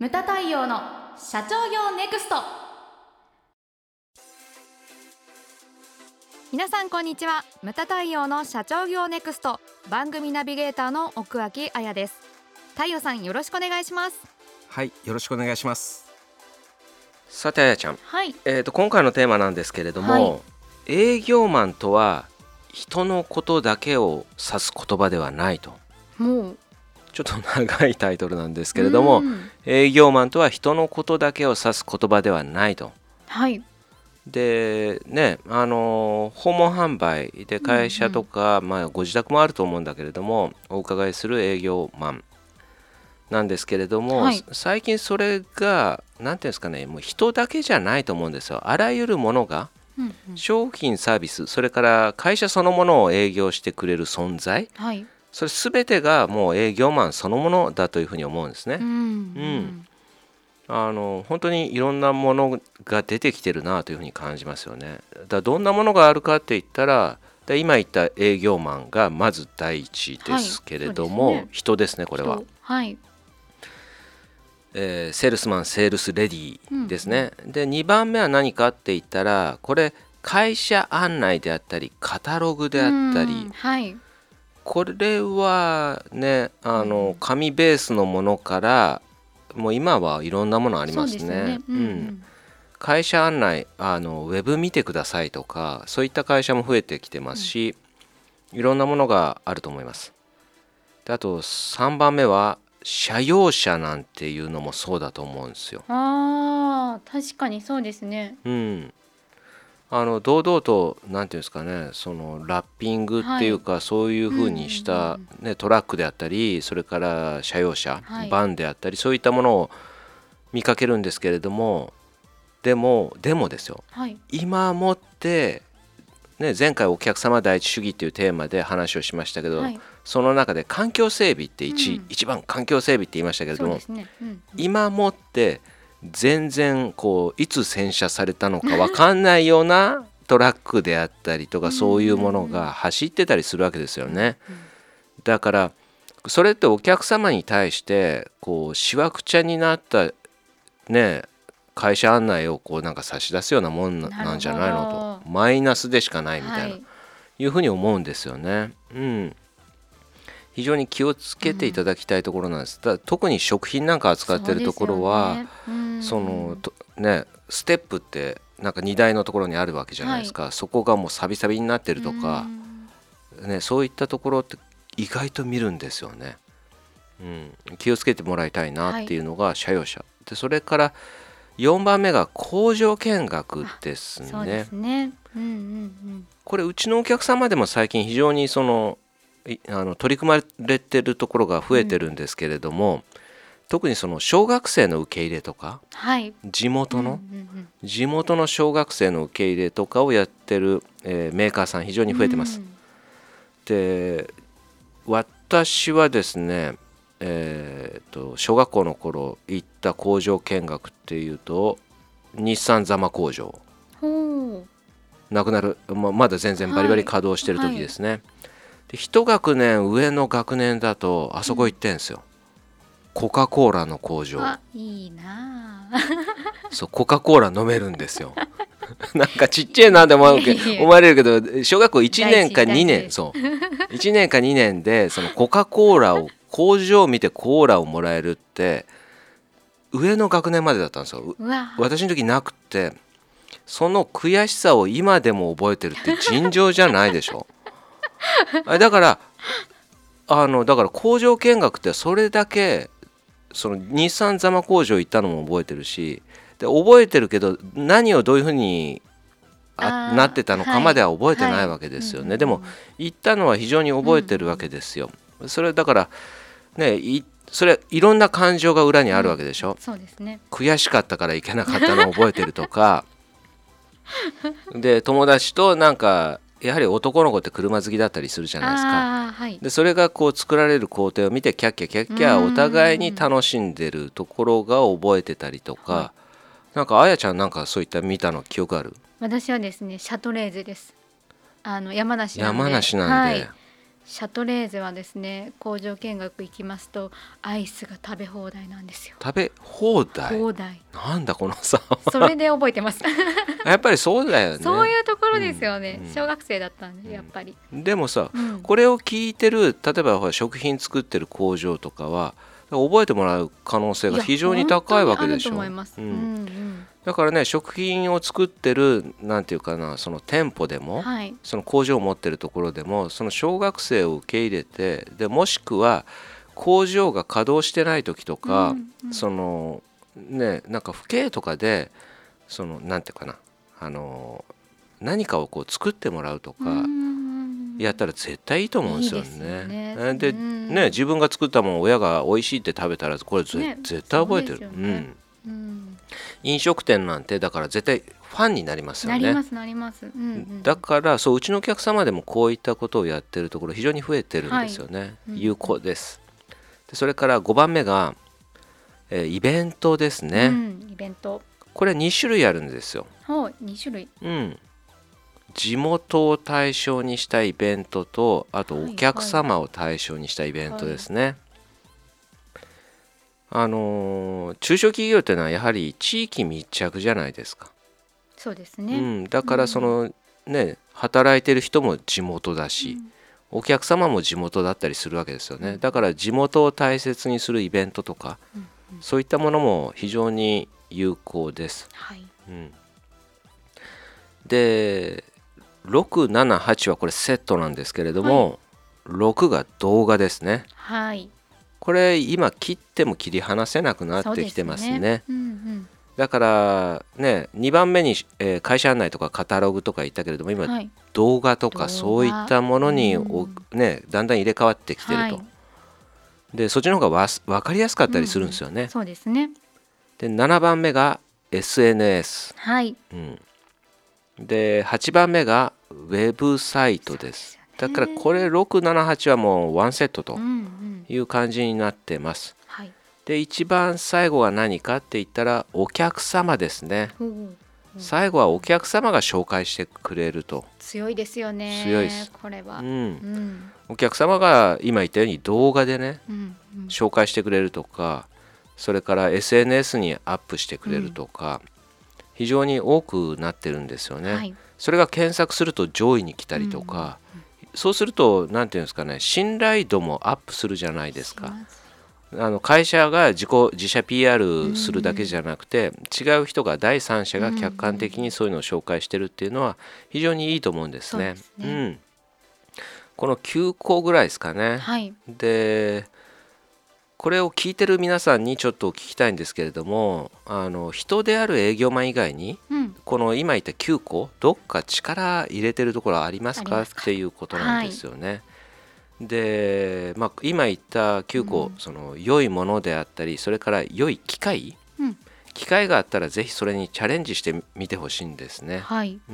ムタ太陽の社長業ネクスト。皆さんこんにちは。ムタ太陽の社長業ネクスト番組ナビゲーターの奥脇彩です。太陽さん、よろしくお願いします。 はい、よろしくお願いします。さて彩ちゃん、 はい、 今回のテーマなんですけれども、 はい、 営業マンとは人のことだけを指す言葉ではないと。 もうちょっと長いタイトルなんですけれども、営業マンとは人のことだけを指す言葉ではないと。 はい。 でね、訪問販売で会社とか、ご自宅もあると思うんだけれども、お伺いする営業マンなんですけれども、 はい、 最近それが何ていうんですかね、もう人だけじゃないと思うんですよ。あらゆるものが、商品サービス、それから会社そのものを営業してくれる存在、 はい、 それ全てがもう営業マンそのものだというふうに思うんですね。本当にいろんなものが出てきてるなというふうに感じますよね。だからどんなものがあるかって言ったら、今言った営業マンがまず第一ですけれども、 はい、そうですね、 人ですね、これは。 はい、 セールスマン、セールスレディですね。で、2番目は何かって言ったら、これ会社案内であったりカタログであったり、 はい、 これはね、紙ベースのものからもう今はいろんなものありますね。会社案内、ウェブ見てくださいとか、そういった会社も増えてきてますし、いろんなものがあると思います。で、あと3番目は社用車なんていうのもそうだと思うんですよ。 確かにそうですね。 堂々となんていうんですかね、そのラッピングっていうか、そういう風にした、トラックであったり、それから車用車、バンであったり、そういったものを見かけるんですけれども、でもですよ、今もって、前回お客様第一主義っていうテーマで話をしましたけど、その中で環境整備って一番環境整備って言いましたけれども、今もって全然いつ洗車されたのか分かんないようなトラックであったりとか、そういうものが走ってたりするわけですよね。だからそれってお客様に対してしわくちゃになった会社案内をなんか差し出すようなもんなんじゃないのと、マイナスでしかないみたいな、いうふうに思うんですよね。非常に気をつけていただきたいところなんです。特に食品なんか扱っているところは、ステップってなんか荷台のところにあるわけじゃないですか。そこがもうサビサビになってるとか、そういったところって意外と見るんですよね。気をつけてもらいたいなっていうのが社用車で、それから4番目が工場見学ですね。 そうですね。 これうちのお客様でも最近非常に取り組まれてるところが増えてるんですけれども、特にその小学生の受け入れとか、地元の小学生の受け入れとかをやってる、メーカーさん非常に増えてます。で、私はですね、小学校の頃行った工場見学っていうと、日産座間工場、なくなる、まだ全然バリバリ稼働してる時ですね。で、一学年上の学年だとあそこ行ってんですよ、コカ・コーラの工場。 いいなそう、コカ・コーラ飲めるんですよなんかちっちゃいなって思われるけど、小学校1年か2年そう1年か2年でそのコカ・コーラを工場を見てコーラをもらえるって上の学年までだったんですよ。私の時なくて、その悔しさを今でも覚えてるって尋常じゃないでしょだから工場見学ってそれだけ、その日産座間工場行ったのも覚えてるし、で覚えてるけど何をどういうふうになってたのかまでは覚えてないわけですよね。でも行ったのは非常に覚えてるわけですよ。それだからね、それいろんな感情が裏にあるわけでしょ。 そうですね。 悔しかったから行けなかったのを覚えてるとかで、友達となんかやはり男の子って車好きだったりするじゃないですか。で、それが作られる工程を見てキャッキャキャッキャお互いに楽しんでるところが覚えてたりとか、なんかあやちゃんなんかそういった見たの記憶ある？ 私はですね、シャトレーゼです。山梨なんで。 山梨なんで、 シャトレーゼはですね、工場見学行きますとアイスが食べ放題なんですよ。 食べ放題。なんだこのさそれで覚えてますやっぱりそうだよね。 そういうところですよね、小学生だったんでやっぱり。 でもさ、これを聞いてる例えばほら食品作ってる工場とかは覚えてもらう可能性が非常に高いわけでしょ。だからね、食品を作ってるなんていうかな、その店舗でも、その工場を持ってるところでも、その小学生を受け入れて、でもしくは工場が稼働してない時とか、そのね、なんか府警とかでそのなんていうかな、何かをこう作ってもらうとかやったら絶対いいと思うんですよね。でね、自分が作ったもん親が美味しいって食べたらこれ絶対覚えてる。飲食店なんてだから絶対ファンになりますよね。 なります。 だからそう、うちのお客様でもこういったことをやってるところ非常に増えてるんですよね。有効です。でそれから5番目が、イベントですね。 イベント、 これ2種類あるんですよ。 2種類。 地元を対象にしたイベントと、あとお客様を対象にしたイベントですね。中小企業というのはやはり地域密着じゃないですか。 そうですね。 だからそのね、働いてる人も地元だし、お客様も地元だったりするわけですよね。だから地元を大切にするイベントとか、そういったものも非常に有効です。で6、7、8はこれセットなんですけれども、6が動画ですね。これ今切っても切り離せなくなってきてますね。だからね、2番目に、会社案内とかカタログとか言ったけれども、今、動画とかそういったものにね、だんだん入れ替わってきてると。でそっちの方が分かりやすかったりするんですよね。 そうですね。 で7番目が SNS、で8番目がウェブサイトです。だからこれ6、7、8はもうワンセットという感じになってます。で一番最後は何かって言ったらお客様ですね。最後はお客様が紹介してくれると。 強いですよね。 強いです。 これは、 お客様が今言ったように動画でね、紹介してくれるとか、それから SNS にアップしてくれるとか、非常に多くなってるんですよね。それが検索すると上位に来たりとか、そうすると何ていうんですかね、信頼度もアップするじゃないですか。会社が自社 PR するだけじゃなくて、違う人が第三者が客観的にそういうのを紹介してるっていうのは非常にいいと思うんですね。この9個ぐらいですかね。でこれを聞いてる皆さんにちょっとお聞きたいんですけれども、人である営業マン以外に、この今言った9個どっか力入れてるところありますかっていうことなんですよね。で、今言った9個、その良いものであったり、それから良い機会があったらぜひそれにチャレンジしてみてほしいんですね。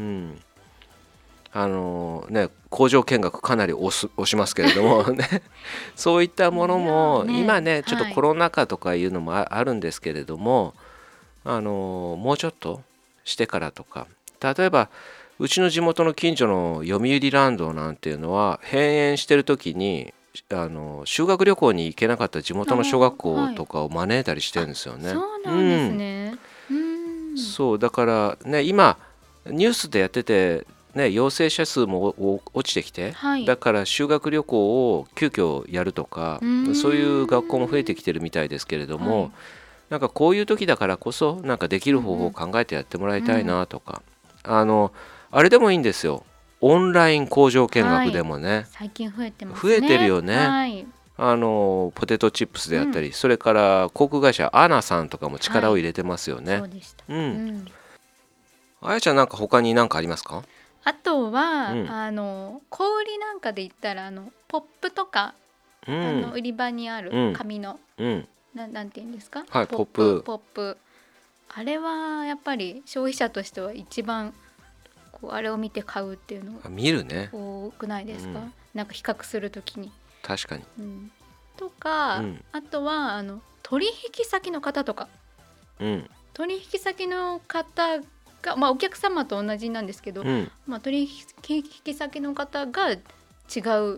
工場見学かなり押しますけれどもねそういったものも今ね、ちょっとコロナ禍とかいうのもあるんですけれども、もうちょっとしてからとか、例えばうちの地元の近所の読売ランドなんていうのは閉園してる時に修学旅行に行けなかった地元の小学校とかを招いたりしてるんですよね。 そうなんですね。 そうだからね、今ニュースでやってて陽性者数も落ちてきて、だから修学旅行を急遽やるとか、そういう学校も増えてきてるみたいですけれども、なんかこういう時だからこそなんかできる方法を考えてやってもらいたいなとか、あれでもいいんですよ。オンライン工場見学でもね、 最近増えてますね。 増えてるよね。ポテトチップスであったり、それから航空会社アナさんとかも力を入れてますよね。 そうでした。 あやちゃん、なんか他に何かありますか？ あとは、小売りなんかで言ったらポップとか、売り場にある紙の、なんていうんですか、 ポップ、 あれはやっぱり消費者としては一番こうあれを見て買うっていうのが見るね多くないですか？なんか比較するときに。 確かに。 とか、あとは取引先の方とか、取引先の方が、お客様と同じなんですけど、取引先の方が違う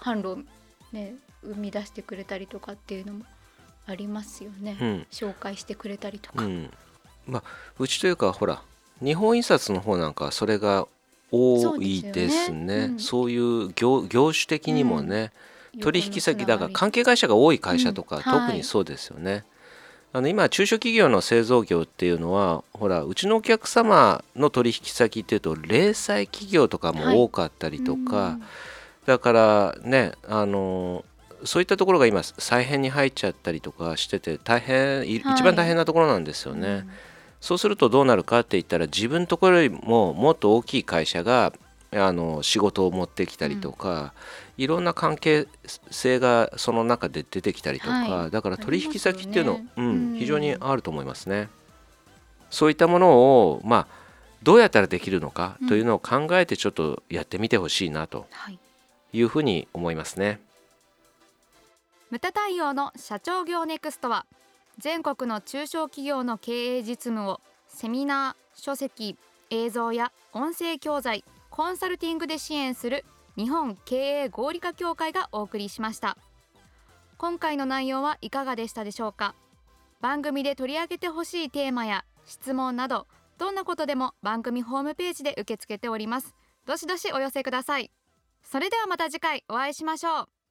販路をね生み出してくれたりとかっていうのもありますよね、紹介してくれたりとか、 うちというかほら日本印刷の方なんかそれが多いですね。そういう業種的にもね、取引先だから関係会社が多い会社とか、特にそうですよね。今中小企業の製造業っていうのはほらうちのお客様の取引先っていうと零細企業とかも多かったりとか、だからねそういったところが今再編に入っちゃったりとかしてて一番大変なところなんですよね。そうするとどうなるかって言ったら自分のところよりももっと大きい会社が仕事を持ってきたりとか、いろんな関係性がその中で出てきたりとか、だから取引先っていうの、非常にあると思いますね。そういったものをどうやったらできるのかというのを考えてちょっとやってみてほしいなというふうに思いますね。 ムタ太陽の社長業ネクストは全国の中小企業の経営実務をセミナー、書籍、映像や音声教材、コンサルティングで支援する日本経営合理化協会がお送りしました。今回の内容はいかがでしたでしょうか。番組で取り上げてほしいテーマや質問などどんなことでも番組ホームページで受け付けております。どしどしお寄せください。それではまた次回お会いしましょう。